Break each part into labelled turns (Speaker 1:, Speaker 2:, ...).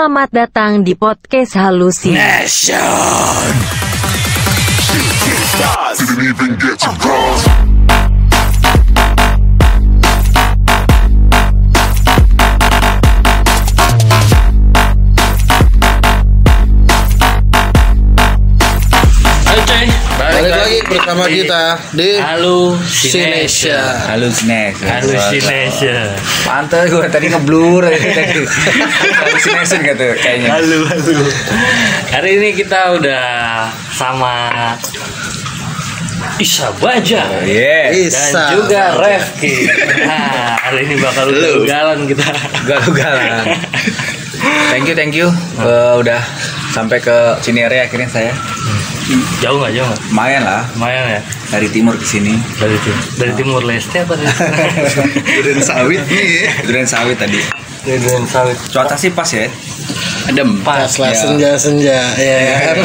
Speaker 1: Selamat datang di podcast Halusi
Speaker 2: Nation. Didn't even get to cross.
Speaker 3: Balik lagi bersama kita di
Speaker 4: Halusination.
Speaker 3: Pantes gue tadi ngeblur tadi. Halusination gitu kayaknya.
Speaker 4: Halo. Hari ini kita udah sama Isa Baja dan juga Refki. Nah, hari ini bakal ugal-ugalan kita.
Speaker 3: Ugal-ugalan. Thank you. Udah sampai ke Cinere akhirnya saya.
Speaker 4: Jauh nggak?
Speaker 3: Lumayan lah.
Speaker 4: Lumayan ya.
Speaker 3: Dari timur ke sini.
Speaker 4: Dari Timur Leste apa sih?
Speaker 3: Durian sawit nih. Durian sawit tadi.
Speaker 4: Durian sawit.
Speaker 3: Cuaca sih pas ya. Adem.
Speaker 4: Pas
Speaker 3: Ya.
Speaker 4: lah
Speaker 5: senja ya.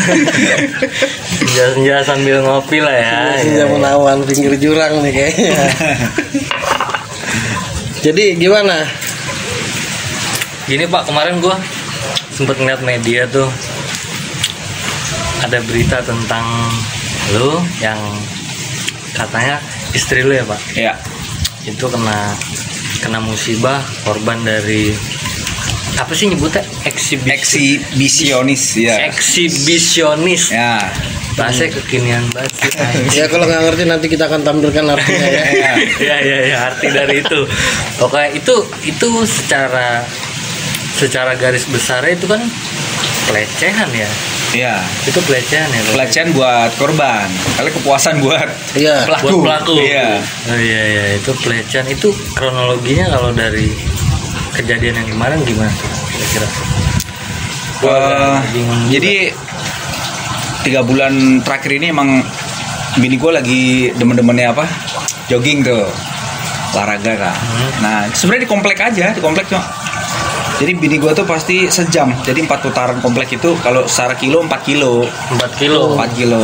Speaker 4: Senja sambil ngopi lah ya.
Speaker 5: Senja menawan pinggir jurang nih kayaknya. Jadi gimana?
Speaker 4: Gini Pak, kemarin gua sempet ngeliat media tuh ada berita tentang lu yang katanya istri lu ya Pak,
Speaker 3: Iya.
Speaker 4: itu kena musibah, korban dari apa sih nyebutnya,
Speaker 3: Eksibisionis ya.
Speaker 4: eksibisionis.
Speaker 3: Ya.
Speaker 4: Bahasa kekinian banget sih.
Speaker 5: Ya kalau nggak ngerti nanti kita akan tampilkan artinya ya.
Speaker 4: Ya arti dari itu. Pokoknya itu secara garis besarnya itu kan pelecehan ya.
Speaker 3: Iya.
Speaker 4: Itu pelecehan ya.
Speaker 3: Pelecehan buat korban, kali kepuasan buat
Speaker 5: Iya.
Speaker 3: pelaku.
Speaker 4: Buat pelaku.
Speaker 3: Iya.
Speaker 4: Oh iya itu pelecehan. Itu kronologinya kalau dari kejadian yang kemarin gimana tuh kira-kira? Gua agak bingung juga.
Speaker 3: Jadi 3 bulan terakhir ini emang bini gue lagi demen-demennya apa? Jogging tuh, olahraga kan. Nah sebenarnya di komplek cuma. Jadi bini gue tuh pasti sejam. Jadi 4 putaran komplek itu kalau secara kilo 4 kilo.
Speaker 4: 4 kilo.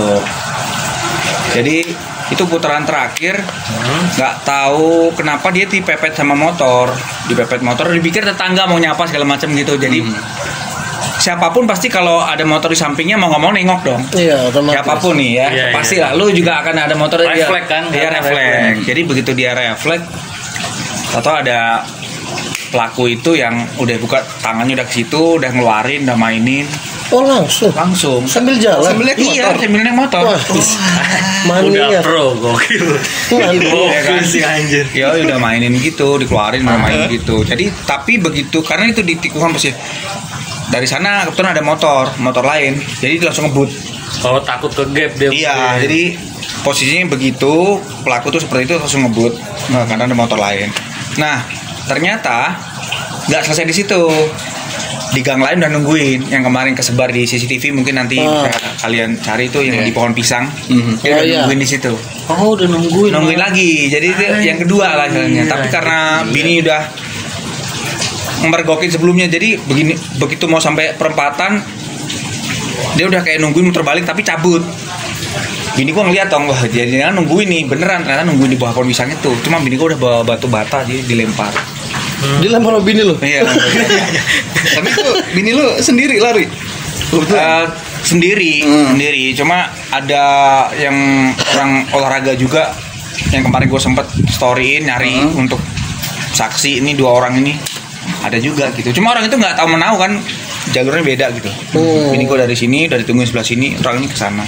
Speaker 3: Jadi itu putaran terakhir nggak tahu kenapa dia dipepet sama motor, dipikir tetangga mau nyapa segala macam gitu. Jadi siapapun pasti kalau ada motor di sampingnya mau ngomong nengok dong.
Speaker 5: Iya, otomatis.
Speaker 3: Siapapun nih ya,
Speaker 4: Iya,
Speaker 3: pasti
Speaker 4: iya.
Speaker 3: lah. Lu juga akan ada motor
Speaker 4: Refleks kan?
Speaker 3: Dia refleks. Jadi begitu dia refleks, atau ada pelaku itu yang udah buka tangannya udah ke situ, udah ngeluarin, udah mainin.
Speaker 5: Oh langsung sambil jalan.
Speaker 3: Sambil naik motor.
Speaker 5: Wah,
Speaker 4: Udah
Speaker 5: mania.
Speaker 4: pro, gokil. Gokil sih anjir.
Speaker 3: Ya udah mainin gitu, dikeluarin udah main gitu. Jadi tapi begitu karena itu di tikungan pasti dari sana kebetulan ada motor lain. Jadi dia langsung ngebut.
Speaker 4: Kalau takut ke gap dia.
Speaker 3: Iya, jadi posisinya begitu, pelaku tuh seperti itu langsung ngebut karena ada motor lain. Nah, ternyata nggak selesai di situ. Di gang lain udah nungguin, yang kemarin kesebar di CCTV mungkin nanti bisa kalian cari itu yang di pohon pisang. Dia udah nungguin di situ.
Speaker 4: Oh, udah nungguin
Speaker 3: Lagi. Jadi itu yang kedua lah jalannya. Tapi karena bini udah mergokin sebelumnya, jadi begitu mau sampai perempatan dia udah kayak nungguin muter balik tapi cabut. Bini gua ngeliat dong, wah jadi nungguin nih beneran, ternyata nungguin di bawah pohon pisang itu. Cuma bini gua udah bawa batu bata jadi dilempar.
Speaker 5: Dilempar sama bini lu.
Speaker 3: Iya.
Speaker 6: Tapi itu bini lu sendiri lari.
Speaker 3: Sendiri. Cuma ada yang orang olahraga juga yang kemarin gue sempet storyin nyari untuk saksi ini 2 orang ini ada juga gitu. Cuma orang itu nggak tahu menau kan jalurnya beda gitu. Bini gue dari sini, dari tungguin sebelah sini, orang ini kesana.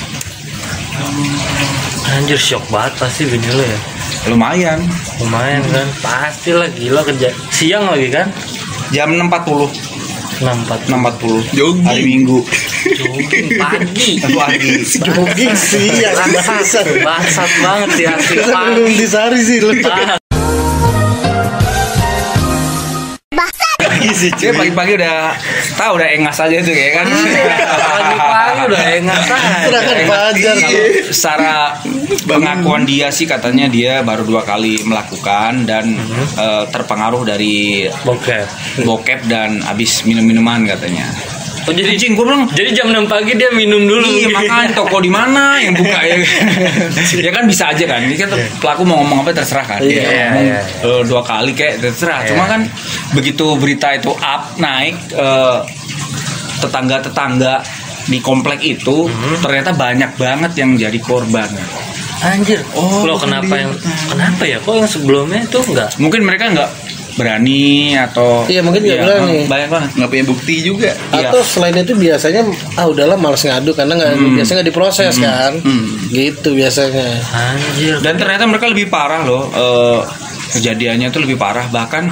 Speaker 4: Anjir, shock banget pasti bini lu ya.
Speaker 3: Lumayan
Speaker 4: Kan, pastilah gila kerja siang lagi kan.
Speaker 3: jam 6.40
Speaker 6: Jogging.
Speaker 3: hari Minggu.
Speaker 4: Jogging pagi.
Speaker 5: Jogging sih ya.
Speaker 4: Bangsat banget sih asli pagi.
Speaker 5: Belum disari sih lu.
Speaker 3: Dia pagi-pagi udah tahu udah engas aja tuh kayak kan.
Speaker 4: Pagi-pagi udah engas aja.
Speaker 5: Serahkan pajar.
Speaker 3: Secara pengakuan dia sih katanya dia baru 2 kali melakukan dan terpengaruh dari
Speaker 4: Bokep.
Speaker 3: bokep dan habis minum-minuman katanya.
Speaker 4: Oh, jadi
Speaker 3: anjing gue bilang.
Speaker 4: Jadi jam 6 pagi dia minum dulu.
Speaker 3: Iya makanya toko di mana yang buka ya. Ya kan bisa aja kan. Ini kan pelaku mau ngomong apa terserah kan. Dia ngomong 2 kali kayak terserah. Cuma kan begitu berita itu up naik tetangga-tetangga di komplek itu ternyata banyak banget yang jadi korban.
Speaker 4: Anjir. Loh kenapa ya? Kok yang sebelumnya itu enggak?
Speaker 3: Mungkin mereka nggak berani atau
Speaker 5: Iya, mungkin nggak berani.
Speaker 3: Banyak banget.
Speaker 6: Nggak punya bukti juga.
Speaker 5: Atau selain itu biasanya udahlah malas ngadu karena biasanya nggak diproses kan. Gitu biasanya.
Speaker 4: Anjir.
Speaker 3: Dan ternyata mereka lebih parah loh. Kejadiannya itu lebih parah, bahkan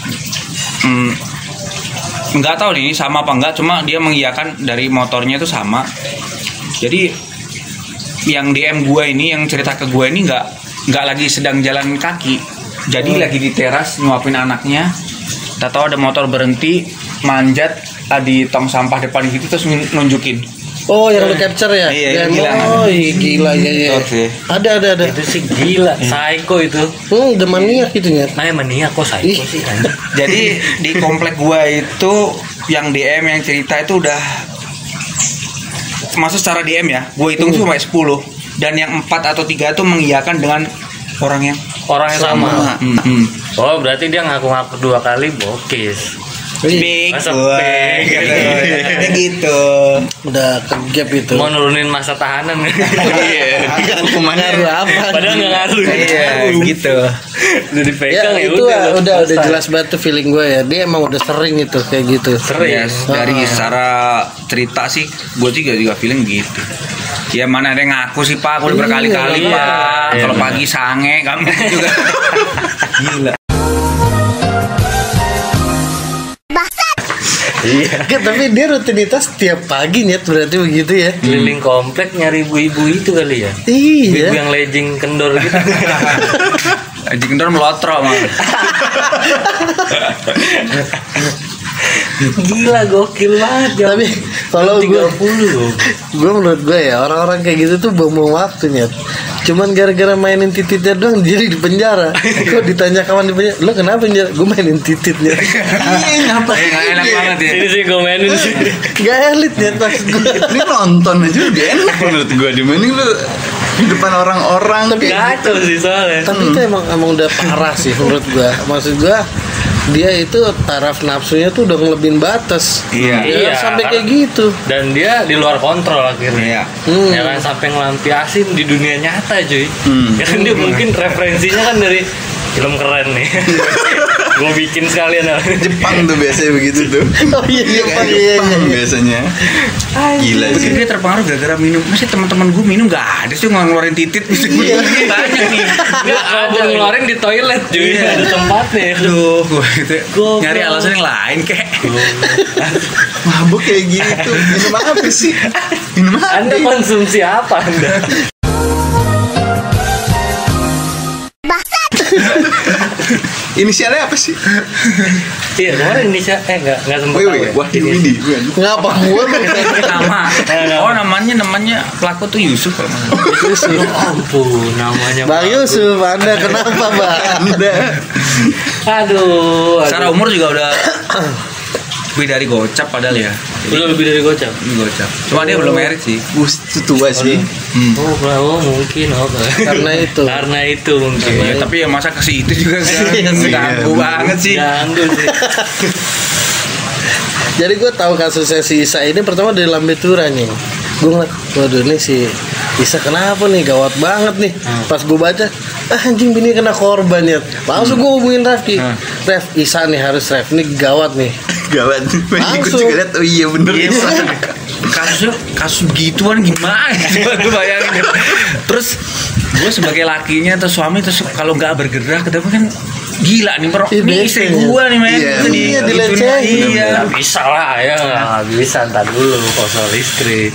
Speaker 3: nggak tahu nih sama apa enggak, cuma dia mengiyakan dari motornya itu sama. Jadi yang DM gue ini, yang cerita ke gue ini nggak lagi sedang jalan kaki, jadi lagi di teras nyuapin anaknya. Tak tahu ada motor berhenti, manjat di tong sampah depan gitu terus nunjukin.
Speaker 5: Oh, yang lu capture ya?
Speaker 3: Iya, gila.
Speaker 5: Oh, gila ya.
Speaker 3: Ada.
Speaker 5: Ada.
Speaker 4: Itu sih gila, psycho itu.
Speaker 5: Udah maniak gitu ya.
Speaker 4: Nah, maniak kok psycho sih.
Speaker 3: Jadi di komplek gua itu yang DM yang cerita itu udah masuk secara DM ya. Gua hitung cuma 10 dan yang 4 atau 3 itu mengiyakan dengan orang yang
Speaker 4: sama. Oh, berarti dia ngaku-ngaku 2 kali bokis.
Speaker 3: Big
Speaker 4: Masa
Speaker 3: gue
Speaker 4: big.
Speaker 3: gitu.
Speaker 5: Udah kegap itu.
Speaker 4: Mau nurunin masa tahanan.
Speaker 6: Iya. Hukumannya
Speaker 5: Ngaruh apa?
Speaker 4: Padahal nggak ngaruh.
Speaker 3: Iya gitu.
Speaker 4: Udah dipegang
Speaker 5: Ya,
Speaker 4: ya,
Speaker 5: itu udah jelas banget tuh feeling gue ya. Dia emang udah sering itu kayak gitu.
Speaker 4: Sering.
Speaker 3: Yes, dari secara cerita sih gue juga feeling gitu. Ya mana ada yang ngaku sih Pak, udah berkali-kali Pak. Kalau pagi sange kamu juga. Gila.
Speaker 4: Iya.
Speaker 5: Tapi dia rutinitas tiap pagi nyet berarti begitu ya.
Speaker 4: Keliling komplek nyari ibu-ibu itu kali ya.
Speaker 5: Iya.
Speaker 4: Ibu yang legging kendor gitu.
Speaker 3: Anjing kendor melotro mah.
Speaker 4: Gila, gokil banget.
Speaker 5: Tapi kalau gue
Speaker 4: 30
Speaker 5: menurut gue ya orang-orang kayak gitu tuh buang-buang waktunya. Cuman gara-gara mainin tititnya doang jadi di penjara. Kok ditanya kawan di penjara, lo kenapa penjara? Gue mainin tititnya.
Speaker 6: Iya, ngapain?
Speaker 3: Nggak enak banget ya.
Speaker 4: Ini sih gue mainin sih.
Speaker 5: Gak elit ya pas gue.
Speaker 6: Ini nonton aja lebih enak menurut gue dibanding lu di depan orang-orang.
Speaker 5: Tapi
Speaker 4: Kacau sih soalnya.
Speaker 5: Tapi itu emang udah parah sih menurut gue. Maksud gue dia itu taraf nafsunya tuh udah ngelebihin batas.
Speaker 3: Iya.
Speaker 5: Ya, sampai kayak gitu.
Speaker 4: Dan dia di luar kontrol akhirnya.
Speaker 3: Iya.
Speaker 4: Ya kan sampai ngelampiasin di dunia nyata cuy. Ya kan dia mungkin referensinya kan dari film keren nih. Gue bikin sekalian.
Speaker 6: Jepang tuh biasanya begitu tuh.
Speaker 5: Oh iya
Speaker 6: Kayak
Speaker 5: iya.
Speaker 6: Jepang biasanya. Gila sih.
Speaker 3: Mungkin dia terpengaruh gara-gara minum. Masih teman-teman gue minum gak ada sih ngeluarin titit.
Speaker 5: Iya.
Speaker 3: Banyak nih.
Speaker 4: Dia kabur ngeluarin di toilet cuy.
Speaker 3: Iya.
Speaker 4: Ada tempatnya.
Speaker 3: Aduh, gue gitu.
Speaker 4: Goblok.
Speaker 3: Nyari alasan yang lain kayak.
Speaker 6: Mabuk kayak gitu. Minum apa sih? Minum apa?
Speaker 4: Anda konsumsi apa Anda?
Speaker 6: Inisialnya apa sih?
Speaker 4: Iya kemarin Indonesia nggak sempat tahu ya.
Speaker 6: Wah, ini.
Speaker 5: Ngapa gue
Speaker 3: Nama. Oh namanya pelaku tuh Yusuf.
Speaker 4: Ya ampun namanya.
Speaker 5: Bang Yusuf, Anda kenapa Bang?
Speaker 4: Aduh.
Speaker 3: Secara umur juga udah lebih dari gocap padahal ya.
Speaker 4: Udah lebih dari gocap.
Speaker 3: Lebih gocap. Cuma dia belum merit sih.
Speaker 6: Itu tua sih.
Speaker 4: Oh mungkin
Speaker 5: Karena itu.
Speaker 4: Karena itu mungkin.
Speaker 3: Ya, tapi ya masa ke situ juga kan ganggu banget sih.
Speaker 4: Ganggu sih.
Speaker 5: Jadi gue tahu kasusnya si Isa ini pertama dari Lambe Tura nih. Gue ngeliat, waduh ini si Isa kenapa nih, gawat banget nih. Pas gue baca, anjing bini kena korban ya. Langsung gue hubungin Rafki. Ref, Isa nih harus Ref, ini gawat nih.
Speaker 6: Gawat. Gue
Speaker 5: Langsung.
Speaker 6: juga liat, oh iya bener.
Speaker 3: Iya, kasus gituan gimana? Coba gue bayangin. Terus gue sebagai lakinya atau suami terus kalau nggak bergerak, ketemu kan gila nih ini istri gue nih men.
Speaker 5: Iya, dilecehin.
Speaker 3: Iya.
Speaker 4: Nggak bisa lah ya nggak bisa ntar dulu kalau soal istri.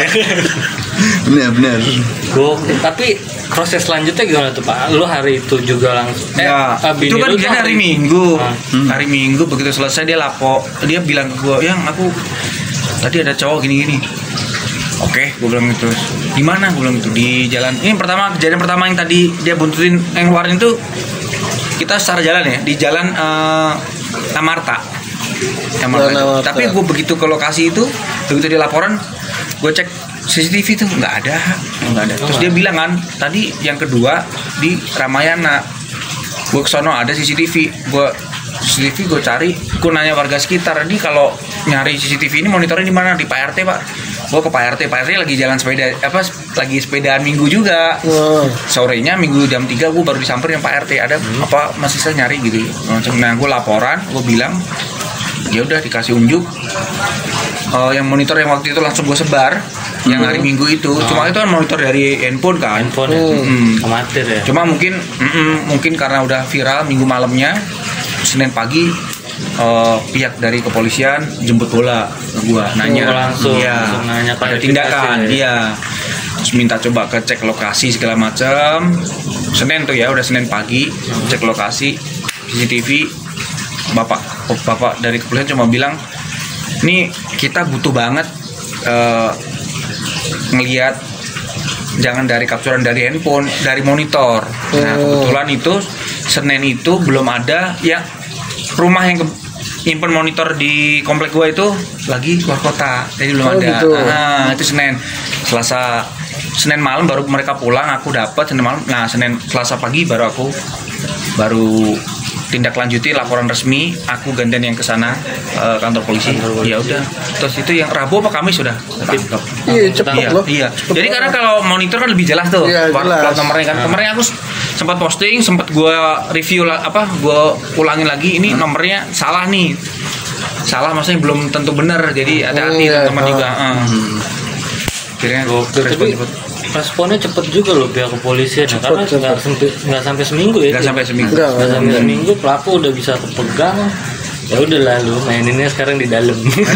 Speaker 6: Bener.
Speaker 4: Tapi proses selanjutnya gimana tuh Pak? Lu hari itu juga langsung
Speaker 3: Itu kan dia hari Minggu. Hari Minggu begitu selesai dia lapor. Dia bilang ke gue, "Yang aku tadi ada cowok gini-gini." Oke, gue bilang gitu. Di mana? Gue bilang gitu di jalan. Ini kejadian pertama yang tadi dia buntutin yang ngeluarin itu kita secara jalan ya di jalan Amarta. Emang
Speaker 5: Zona
Speaker 3: ada.
Speaker 5: warga.
Speaker 3: Tapi gue begitu ke lokasi itu, begitu di laporan, gue cek CCTV tuh nggak ada. Terus dia bilang kan, tadi yang kedua di Ramayana, gue kesono ada CCTV, gue cari, gue nanya warga sekitar, ini kalau nyari CCTV ini monitornya di mana? Di Pak RT Pak. Gue ke Pak RT lagi jalan sepeda, lagi sepedaan minggu juga. Sorenya minggu jam 3 gue baru disamperin Pak RT, ada apa masih saya nyari gitu. Nah gue laporan, gue bilang, ya udah dikasih unjuk. Yang monitor yang waktu itu langsung gue sebar, yang hari Minggu itu, cuma itu kan monitor dari handphone kan.
Speaker 4: Handphone ya. Amatir ya.
Speaker 3: Cuma mungkin karena udah viral Minggu malamnya, Senin pagi pihak dari kepolisian jemput bola ke gua nanya,
Speaker 4: langsung
Speaker 3: ada
Speaker 4: nanya klarifikasi
Speaker 3: tindakan,
Speaker 4: ya.
Speaker 3: iya. Terus minta coba ke cek lokasi segala macam. Senin tuh ya, udah Senin pagi cek lokasi CCTV. Bapak dari kepolisian cuma bilang, nih kita butuh banget ngelihat, jangan dari capturean dari handphone, dari monitor. Nah kebetulan itu Senin itu belum ada ya, rumah yang nyimpen monitor di komplek gua itu lagi keluar kota, jadi belum ada.
Speaker 5: Gitu.
Speaker 3: Nah itu Senin malam baru mereka pulang, aku dapat Senin malam. Nah Selasa pagi baru tindak lanjuti laporan resmi, aku gantian yang ke sana kantor polisi. Ya udah. Terus itu yang Rabu apa Kamis sudah tangkap.
Speaker 5: Iya, cepet loh.
Speaker 3: Iya. Jadi karena kalau monitor kan lebih jelas tuh.
Speaker 5: Iya, jelas.
Speaker 3: Plat nomornya kan. Kemarin aku sempat posting, sempat gua review gua ulangin lagi, ini nomornya salah nih. Salah maksudnya belum tentu benar. Jadi hati-hati teman-teman juga. Akhirnya
Speaker 4: Tapi responnya cepet juga loh pihak kepolisian ya, karena nggak sampai seminggu ya.
Speaker 3: nggak sampai seminggu.
Speaker 4: Nggak sampai seminggu pelaku udah bisa kepegang. Ya udah lalu maininnya sekarang di dalam.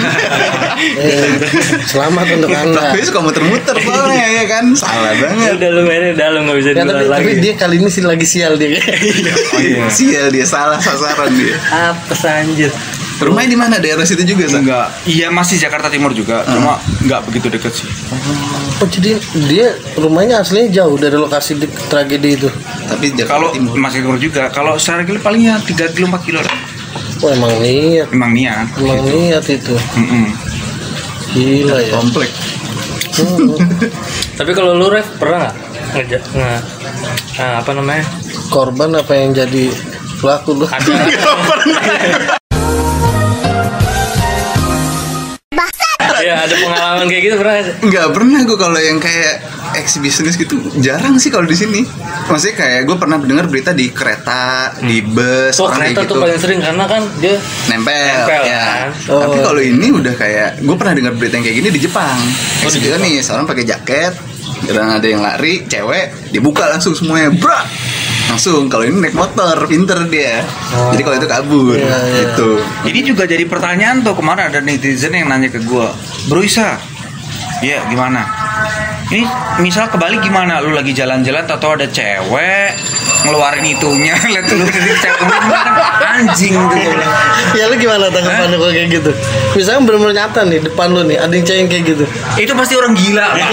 Speaker 5: Selamat untuk Anda.
Speaker 6: Tapi suka muter-muter soalnya ya kan. Salah banget.
Speaker 4: Udah lu mainnya di dalam nggak bisa
Speaker 5: Ya,
Speaker 4: diluar
Speaker 5: tapi
Speaker 4: lagi.
Speaker 5: dia kali ini sih lagi sial dia.
Speaker 6: Sial dia, salah sasaran dia.
Speaker 4: Apa anjir?
Speaker 6: Rumahnya di mana? Daerah situ juga, Sa?
Speaker 3: Enggak. Iya masih Jakarta Timur juga, cuma nggak begitu deket sih.
Speaker 5: Oh, jadi dia rumahnya aslinya jauh dari lokasi tragedi itu.
Speaker 6: Tapi
Speaker 3: Kalau
Speaker 6: Jakarta Timur.
Speaker 3: masih Timur juga, kalau secara kilo palingnya 3 kilo 4 kilo lah.
Speaker 5: Wah, emang niat
Speaker 3: Emang niat.
Speaker 5: itu.
Speaker 3: Mm-mm.
Speaker 5: Gila ya.
Speaker 6: Komplek.
Speaker 4: Tapi kalau lu Ref pernah apa namanya?
Speaker 5: Korban apa yang jadi pelaku lu?
Speaker 4: Ada ya ada pengalaman kayak gitu pernah?
Speaker 6: Nggak pernah gue kalau yang kayak ex-bisnis gitu, jarang sih kalau di sini. Maksudnya kayak gue pernah dengar berita di kereta, di bus,
Speaker 4: Oh
Speaker 6: orang
Speaker 4: kereta
Speaker 6: kayak
Speaker 4: tuh
Speaker 6: gitu.
Speaker 4: paling sering karena kan dia
Speaker 6: Nempel ya.
Speaker 4: kan.
Speaker 6: Tapi kalau ini udah kayak gue pernah dengar berita yang kayak gini di Jepang. Di Jepang nih, seorang pakai jaket, dan ada yang lari, cewek, dibuka langsung semuanya, brak. Langsung. Kalau ini naik motor, pinter dia. Jadi kalau itu kabur, gitu.
Speaker 3: Ini juga jadi pertanyaan tuh, kemarin ada netizen yang nanya ke gue, Bro Isa, ya gimana? Ini misal kebalik gimana? Lu lagi jalan-jalan atau ada cewek ngeluarin itunya, lihat lu dari cewek kan anjing tuh.
Speaker 5: Ya lu gimana tanggapannya kalau kayak gitu? Misalnya bener-bener nyata nih depan lu nih, ada yang cewek yang kayak gitu.
Speaker 3: Itu pasti orang gila. Pak.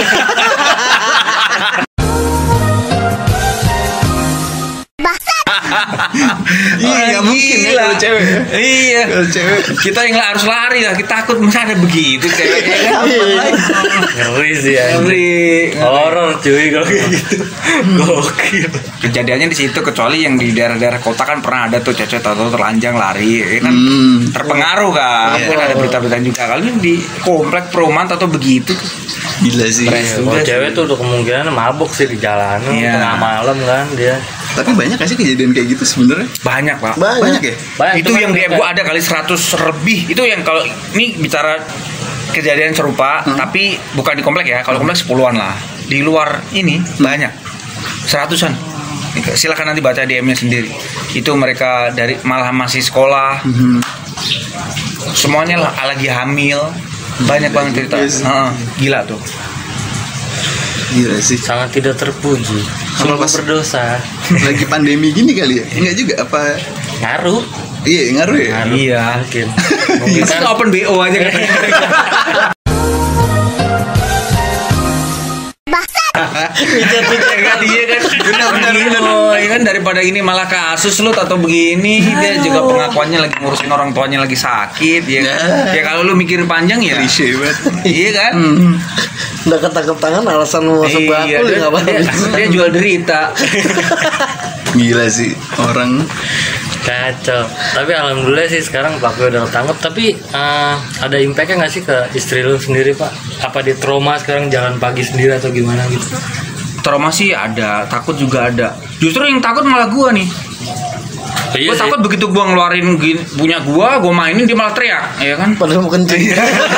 Speaker 6: Iya, nggak mungkin ya
Speaker 3: gila.
Speaker 6: kalau cewek.
Speaker 3: Iya.
Speaker 6: Kalau cewek.
Speaker 3: Kita yang harus lari lah, kita takut masa ada begitu cewek.
Speaker 4: ngeri sih ya.
Speaker 3: Ngeri.
Speaker 4: Horor cuy kalau kayak gitu. Gokil.
Speaker 3: Kejadiannya di situ, kecuali yang di daerah-daerah kota kan pernah ada tuh cewek atau terlanjang lari, ya kan terpengaruh kan.
Speaker 6: Iya.
Speaker 3: Kan ada berita-berita juga. Kali ini di komplek perumahan atau begitu.
Speaker 6: Gila sih.
Speaker 4: Kalau cewek tuh udah kemungkinan mabuk sih di jalanan
Speaker 3: Iya.
Speaker 4: tengah malam kan dia.
Speaker 6: Tapi banyak gak sih kejadian kayak gitu sebenarnya?
Speaker 3: Banyak Pak.
Speaker 6: Banyak ya?
Speaker 4: Banyak,
Speaker 3: Itu
Speaker 4: cuman
Speaker 3: yang di
Speaker 4: kayak-
Speaker 3: gua ada kali 100 lebih. Itu yang kalau ini bicara kejadian serupa, tapi bukan di komplek ya. Kalau komplek 10-an lah. Di luar ini banyak. 100-an. Silakan nanti baca DM-nya sendiri. Itu mereka dari malah masih sekolah. Semuanya lagi hamil. Banyak banget cerita.
Speaker 6: Yes.
Speaker 3: Gila tuh.
Speaker 6: Gila sih.
Speaker 4: sangat tidak terpuji.
Speaker 6: Kalau
Speaker 4: Sungguh
Speaker 6: pas-
Speaker 4: berdosa.
Speaker 6: Lagi pandemi gini kali ya? Enggak juga apa?
Speaker 4: Ngaruh.
Speaker 6: Iya, ngaruh ya?
Speaker 4: Ngaruh.
Speaker 3: Iya.
Speaker 4: Mungkin.
Speaker 3: Mungkin kan open BO aja katanya. Kan dia kan benar. Ya kan daripada ini malah kasus lu atau begini, dia juga pengakuannya lagi ngurusin orang tuanya lagi sakit ya kan. Ya kalau lu mikir panjang ya.
Speaker 6: Klise banget.
Speaker 3: Iya kan?
Speaker 5: Udah ketangkep tangan alasan mau masuk bakul ya nggak apa-apa.
Speaker 3: Dia jual derita.
Speaker 6: Gila sih orang.
Speaker 4: Kacau. Tapi alhamdulillah sih sekarang pelaku udah ketangkep. Tapi ada impactnya nggak sih ke istri lu sendiri, Pak? Apa dia trauma sekarang jalan pagi sendiri atau gimana gitu?
Speaker 3: Trauma sih ada, takut juga ada. Justru yang takut malah gua nih.
Speaker 4: Iya
Speaker 3: Gue
Speaker 4: sih.
Speaker 3: takut begitu gua ngeluarin punya gua mainin dia malah teriak, ya kan?
Speaker 5: Padahal mau kencing.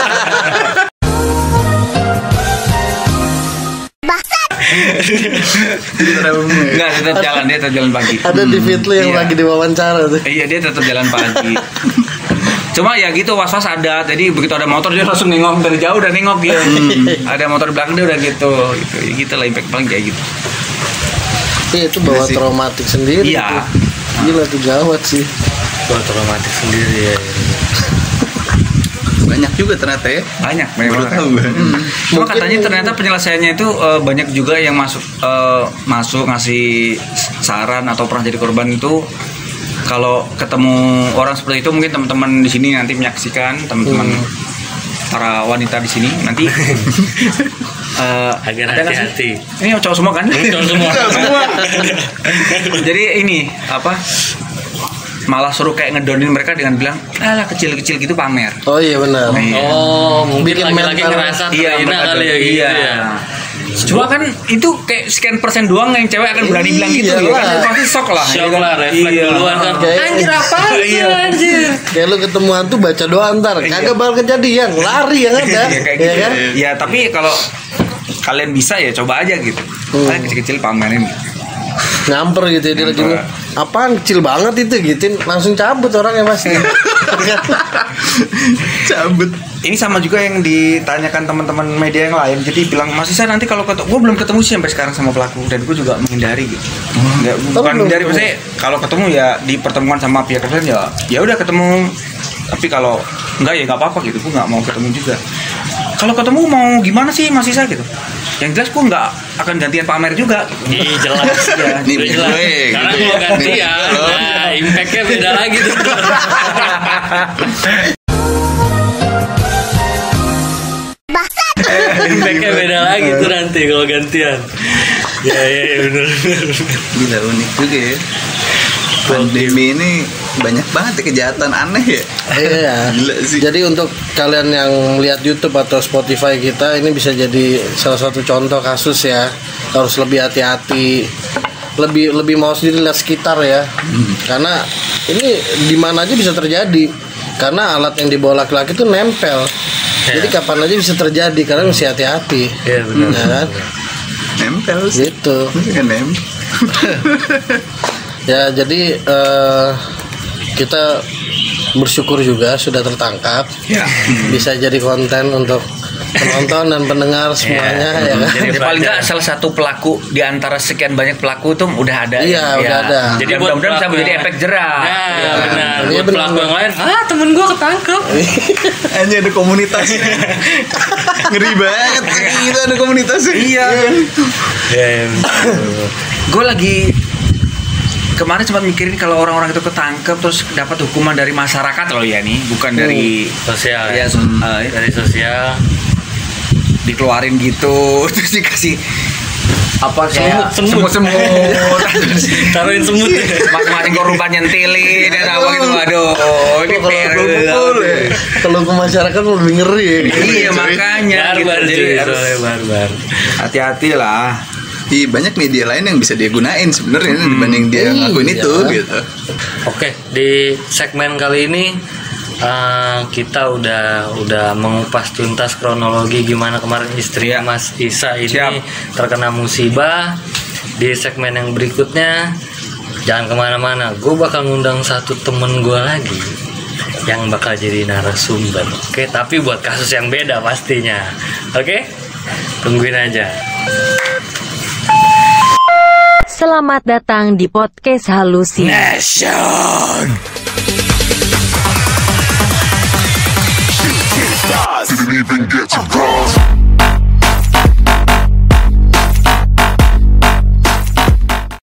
Speaker 3: Enggak, dia tetap jalan pagi.
Speaker 5: Ada di Fitli yang
Speaker 3: Iya.
Speaker 5: lagi diwawancara tuh.
Speaker 3: Iya, dia tetap jalan pagi. Cuma ya gitu, was-was ada. Jadi begitu ada motor dia langsung nengok dari jauh, udah nengok dia. Ada motor di belakang dia udah gitu. Ya gitu lah, impact paling kayak gitu.
Speaker 5: Iya itu bawa
Speaker 6: Iya sih.
Speaker 5: traumatik sendiri.
Speaker 3: Iya.
Speaker 5: Tuh. Gila tuh gawat sih.
Speaker 4: Buat traumatik sendiri ya.
Speaker 6: Banyak juga ternyata ya.
Speaker 3: Banyak
Speaker 6: Baru
Speaker 3: banget.
Speaker 6: tahu gue.
Speaker 3: Cuma katanya ternyata penyelesaiannya itu banyak juga yang masuk ngasih saran atau pernah jadi korban itu. Kalau ketemu orang seperti itu, mungkin teman-teman di sini nanti menyaksikan, teman-teman para wanita di sini nanti
Speaker 4: Agar
Speaker 3: ada nggak sih?
Speaker 4: hati-hati.
Speaker 3: Ini cowok semua kan?
Speaker 4: Cowok semua.
Speaker 3: Jadi ini apa? Malah suruh kayak ngedownin mereka dengan bilang, alah kecil-kecil gitu pamer.
Speaker 5: Oh iya benar.
Speaker 4: Oh, mungkin
Speaker 5: Bikin
Speaker 4: laki-laki
Speaker 5: mental.
Speaker 4: ngerasa
Speaker 3: Iya,
Speaker 4: terhina
Speaker 3: mereka
Speaker 4: kali ya gitu
Speaker 3: iya.
Speaker 4: ya.
Speaker 3: Cuma kan itu kayak sekian persen doang yang cewek akan berani bilang gitu ya kan?
Speaker 5: Iyalah.
Speaker 3: Pasti shock lah.
Speaker 4: Shock
Speaker 3: ya kan?
Speaker 4: lah, refleks
Speaker 3: Iya.
Speaker 4: duluan kan.
Speaker 5: Kayak-
Speaker 4: Anjir apaan sih
Speaker 3: Iya.
Speaker 4: anjir.
Speaker 5: Kayak lu ketemu hantu baca doa ntar kagak bakal kejadian, lari yang ada.
Speaker 3: Iya, kayak
Speaker 5: Ya
Speaker 3: gitu.
Speaker 5: kan?
Speaker 3: Ya tapi kalau kalian bisa ya coba aja gitu. Kalian kecil-kecil pamerin.
Speaker 5: Nyamper gitu ya, dia lagi
Speaker 3: Nyamper.
Speaker 5: apaan kecil banget itu gituin langsung cabut orangnya pasti.
Speaker 6: Cabut.
Speaker 3: Ini sama juga yang ditanyakan teman-teman media yang lain. Jadi bilang, Mas Isa nanti kalau ketemu, gue belum ketemu sih sampai sekarang sama pelaku dan gue juga menghindari gitu. Nggak, bukan
Speaker 5: belum
Speaker 3: menghindari,
Speaker 5: ketemu.
Speaker 3: maksudnya kalau ketemu ya dipertemukan sama pihak kepolisian ya udah ketemu. Tapi kalau enggak ya nggak apa-apa gitu, gue nggak mau ketemu juga. Kalau ketemu mau gimana sih Mas Isa gitu? Yang jelas gue nggak akan gantian pamer juga. Gitu.
Speaker 4: Ih jelas ya.
Speaker 6: Nih,
Speaker 4: Udah jelas.
Speaker 6: gue,
Speaker 4: Karena
Speaker 6: gitu
Speaker 4: kalau
Speaker 6: ya.
Speaker 4: ganti
Speaker 6: Nih,
Speaker 4: ya,
Speaker 6: lo.
Speaker 4: nah, impactnya beda lagi tuh. Impactnya beda lagi tuh nanti kalau gantian. Ya bener.
Speaker 6: Gila unik juga ya. Pandemi ini banyak banget ya kejahatan aneh ya.
Speaker 5: Iya.
Speaker 6: Gila sih.
Speaker 5: Jadi untuk kalian yang lihat YouTube atau Spotify kita ini bisa jadi salah satu contoh kasus ya. Harus lebih hati-hati. Lebih mau sendiri lihat sekitar ya. Karena ini di mana aja bisa terjadi. Karena alat yang dibawa laki-laki itu nempel. Jadi kapan aja bisa terjadi karena mesti hati-hati.
Speaker 4: Iya benar.
Speaker 5: Ya kan?
Speaker 6: Nempel sih.
Speaker 5: Gitu.
Speaker 6: Kan nempel.
Speaker 5: Ya jadi kita bersyukur juga sudah tertangkap.
Speaker 3: Ya.
Speaker 5: Bisa jadi konten untuk penonton dan pendengar semuanya ya kan.
Speaker 4: Jadi
Speaker 3: Ya, paling nggak salah satu pelaku di antara sekian banyak pelaku tuh udah ada.
Speaker 5: Iya, udah ada.
Speaker 3: Jadi
Speaker 4: Jadi buat
Speaker 3: mudah-mudahan bisa
Speaker 4: pelaku
Speaker 3: menjadi
Speaker 4: yang-
Speaker 3: efek jerah.
Speaker 4: Ya benar.
Speaker 5: Iya,
Speaker 4: Buat
Speaker 5: benar.
Speaker 4: pelaku yang lain, temen gue ketangkep.
Speaker 6: Hanya ada komunitasnya. Ngeri banget. Itu ada komunitasnya.
Speaker 3: Iya.
Speaker 4: Ya,
Speaker 3: Gue lagi kemarin sempat mikirin kalau orang-orang itu ketangkep terus dapat hukuman dari masyarakat loh ya nih, bukan dari
Speaker 4: sosial
Speaker 3: ya,
Speaker 4: ya. Dari sosial.
Speaker 3: dikeluarin gitu terus dikasih apa kayak
Speaker 4: Semut. Taruhin semut.
Speaker 3: masing-masing korban nyentilin dan apa gitu. Aduh, ini
Speaker 5: Kalau
Speaker 3: PR
Speaker 5: pukul ya. Kalau ke masyarakat lebih ngeri ya.
Speaker 3: Iya makanya gitu.
Speaker 4: Barbar
Speaker 3: Jadi
Speaker 4: cuy,
Speaker 3: harus
Speaker 4: soalnya barbar.
Speaker 3: hati-hati lah.
Speaker 6: Iya banyak media lain yang bisa dia gunain sebenarnya dibanding dia ngelakuin
Speaker 5: Iya.
Speaker 6: itu gitu.
Speaker 4: Oke, di segmen kali ini kita udah mengupas tuntas kronologi gimana kemarin istri
Speaker 3: Iya.
Speaker 4: Mas Isa ini
Speaker 3: Siap.
Speaker 4: terkena musibah. Di segmen yang berikutnya jangan kemana-mana, gue bakal ngundang satu temen gue lagi yang bakal jadi narasumber. Oke, tapi buat kasus yang beda pastinya. Oke, tungguin aja.
Speaker 1: Selamat datang di podcast Halusi.
Speaker 2: Didn't even get to cross.